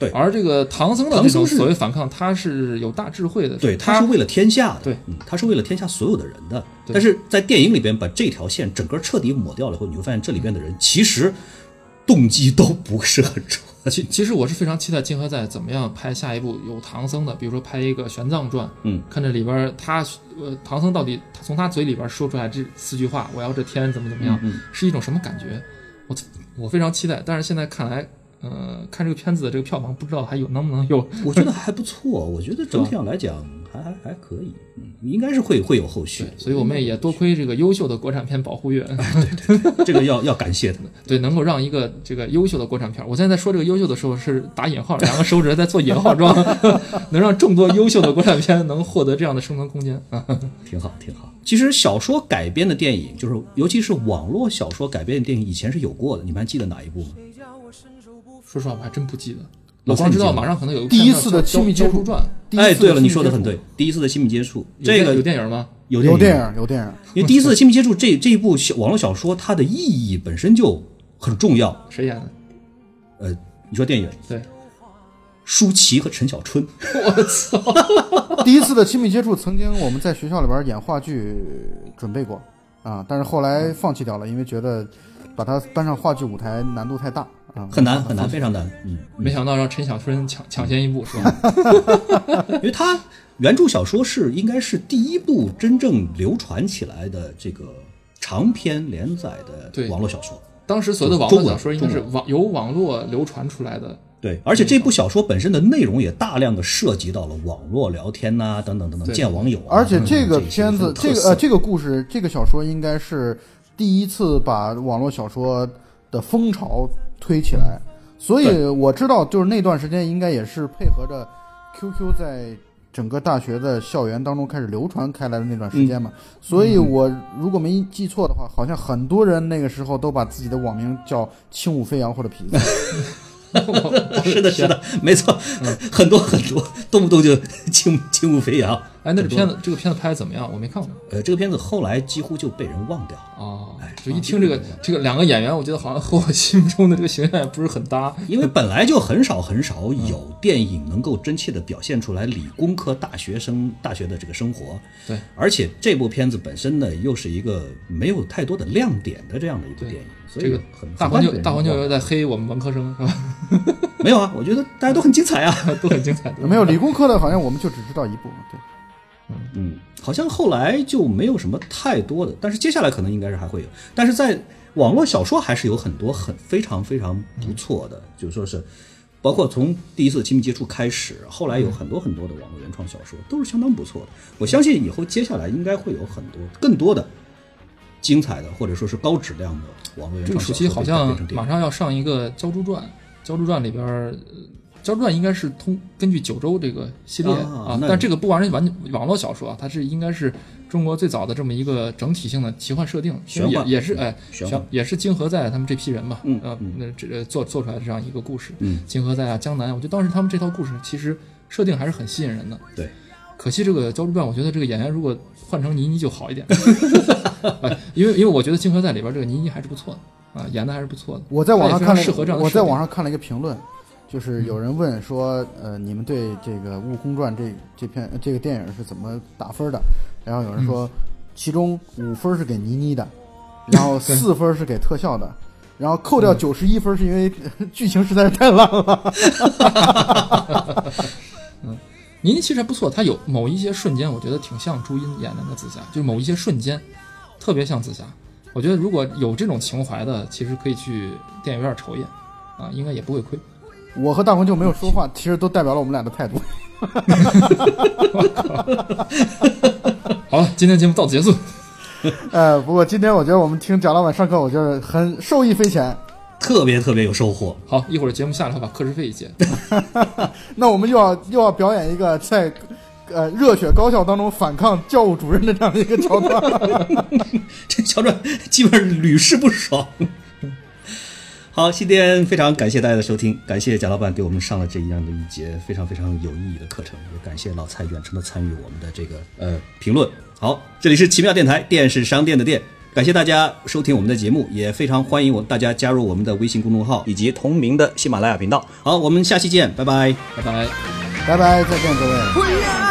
S1: 对，
S2: 而这个唐僧的这种所谓反抗，他是有大智慧的，
S1: 对，他是为了天下的，
S2: 对，
S1: 嗯，他是为了天下所有的人的。但是在电影里边把这条线整个彻底抹掉了以后，你会发现这里边的人其实动机都不是很纯。
S2: 其其实我是非常期待金河在怎么样拍下一部有唐僧的，比如说拍一个玄奘传，
S1: 嗯，
S2: 看这里边他呃唐僧到底从他嘴里边说出来这四句话，我要这天怎么怎么样，
S1: 嗯嗯
S2: 是一种什么感觉？我我非常期待，但是现在看来。呃，看这个片子的这个票房，不知道还有能不能有？
S1: 我觉得还不错，我觉得整体上来讲还还还可以，嗯，应该是会会有后续。
S2: 所以我们也多亏这个优秀的国产片保护院，
S1: 对对对，这个要要感谢他们。
S2: 对，能够让一个这个优秀的国产片，我现在在说这个优秀的时候是打引号，两个手指在做引号状，能让众多优秀的国产片能获得这样的生存空间，
S1: 挺好挺好。其实小说改编的电影，就是尤其是网络小说改编的电影，以前是有过的，你们还记得哪一部吗？
S2: 说实话，我还真不记得。我光知道马上可能有
S3: 第一次的亲密接触
S2: 传。
S1: 哎，对了，你说的很对，第一次的亲密接触，这个
S2: 有电影吗？
S1: 有
S3: 有电影，有电影。
S1: 因为第一次的亲密接触这这一部小网络小说，它的意义本身就很重要。
S2: 谁演的？
S1: 呃，你说电影？
S2: 对，
S1: 舒淇和陈小春。
S2: 我操！
S3: 第一次的亲密接触，曾经我们在学校里边演话剧准备过啊，但是后来放弃掉了，因为觉得把它搬上话剧舞台难度太大。啊、
S1: 很难很难，非常难。嗯，
S2: 没想到让陈小春抢抢先一步，是吧？
S1: 因为他原著小说是应该是第一部真正流传起来的这个长篇连载的网络小说。
S2: 当时所谓的网络小说应该是网由网络流传出来的。
S1: 对，而且这部小说本身的内容也大量的涉及到了网络聊天呐、啊，等等等等，见网友、啊。
S3: 而且这个片子，这个呃，这个故事，这个小说应该是第一次把网络小说的风潮推起来，所以我知道，就是那段时间应该也是配合着 Q Q 在整个大学的校园当中开始流传开来的那段时间嘛。嗯、所以我如果没记错的话，好像很多人那个时候都把自己的网名叫轻舞飞扬或者痞子。
S1: 是的，是的，没错，嗯、很多很多，动不动就轻轻舞飞扬。
S2: 哎，那这片子这个片子拍的怎么样？我没看过。
S1: 呃，这个片子后来几乎就被人忘掉了。
S2: 哦，哎，就一听这个、啊、这个两个演员，我觉得好像和我心目中的这个形象也不是很搭。
S1: 因为本来就很少很少有电影能够真切的表现出来理工科大学生大学的这个生活。
S2: 对，
S1: 而且这部片子本身呢，又是一个没有太多的亮点的这样的一部电影，所以
S2: 这个
S1: 很
S2: 大黄就大黄就在黑我们文科生是吧？
S1: 没有啊，我觉得大家都很精彩啊，
S2: 都很精彩。
S3: 没有理工科的，好像我们就只知道一部，对。
S1: 嗯，好像后来就没有什么太多的，但是接下来可能应该是还会有，但是在网络小说还是有很多很非常非常不错的，嗯、就是说是包括从第一次亲密接触开始，后来有很多很多的网络原创小说都是相当不错的。我相信以后接下来应该会有很多更多的精彩的或者说是高质量的网络原创小说。
S2: 这个暑期好像马上要上一个《鲛珠传》，《鲛珠传》里边。《鲛珠传》应该是通根据九州这个系列 啊, 啊，但这个不完全完网络小说啊，它是应该是中国最早的这么一个整体性的奇幻设定，
S1: 玄幻
S2: 也也是哎，也是金河在他们这批人吧，
S1: 嗯
S2: 呃，那这做做出来的这样一个故事，
S1: 嗯，
S2: 金河在啊，江南，我觉得当时他们这套故事其实设定还是很吸引人的，
S1: 对。
S2: 可惜这个《鲛珠传》，我觉得这个演员如果换成倪妮就好一点，哎，因为因为我觉得金河在里边这个倪妮还是不错的啊，演的还是不错的。
S3: 我在网上看了，
S2: 适合这样的
S3: 我在网上看了一个评论。就是有人问说，呃，你们对这个《悟空传》这这篇这个电影是怎么打分的？然后有人说，其中五分是给倪妮的，然后四分是给特效的，然后扣掉九十一分是因为剧情实在是太烂了。
S2: 嗯，倪妮其实还不错，她有某一些瞬间，我觉得挺像朱茵演的那个紫霞，就是某一些瞬间特别像紫霞。我觉得如果有这种情怀的，其实可以去电影院瞅一眼啊，应该也不会亏。
S3: 我和大鹏就没有说话，其实都代表了我们俩的态度。
S2: 好了，今天节目到此结束。
S3: 呃，不过今天我觉得我们听贾老板上课，我觉得很受益匪浅，
S1: 特别特别有收获。
S2: 好，一会儿节目下来把课时费一结。
S3: 那我们又要又要表演一个在呃热血高校当中反抗教务主任的这样的一个桥段。
S1: 这桥段基本上屡试不爽。好，今天非常感谢大家的收听，感谢贾老板给我们上了这样的一节非常非常有意义的课程，也感谢老蔡远程的参与我们的这个呃评论。好，这里是奇妙电台，电是商店的店， 感谢大家收听我们的节目，也非常欢迎我大家加入我们的微信公众号以及同名的喜马拉雅频道。好，我们下期见，拜拜，
S2: 拜拜，
S3: 拜拜，再见各位。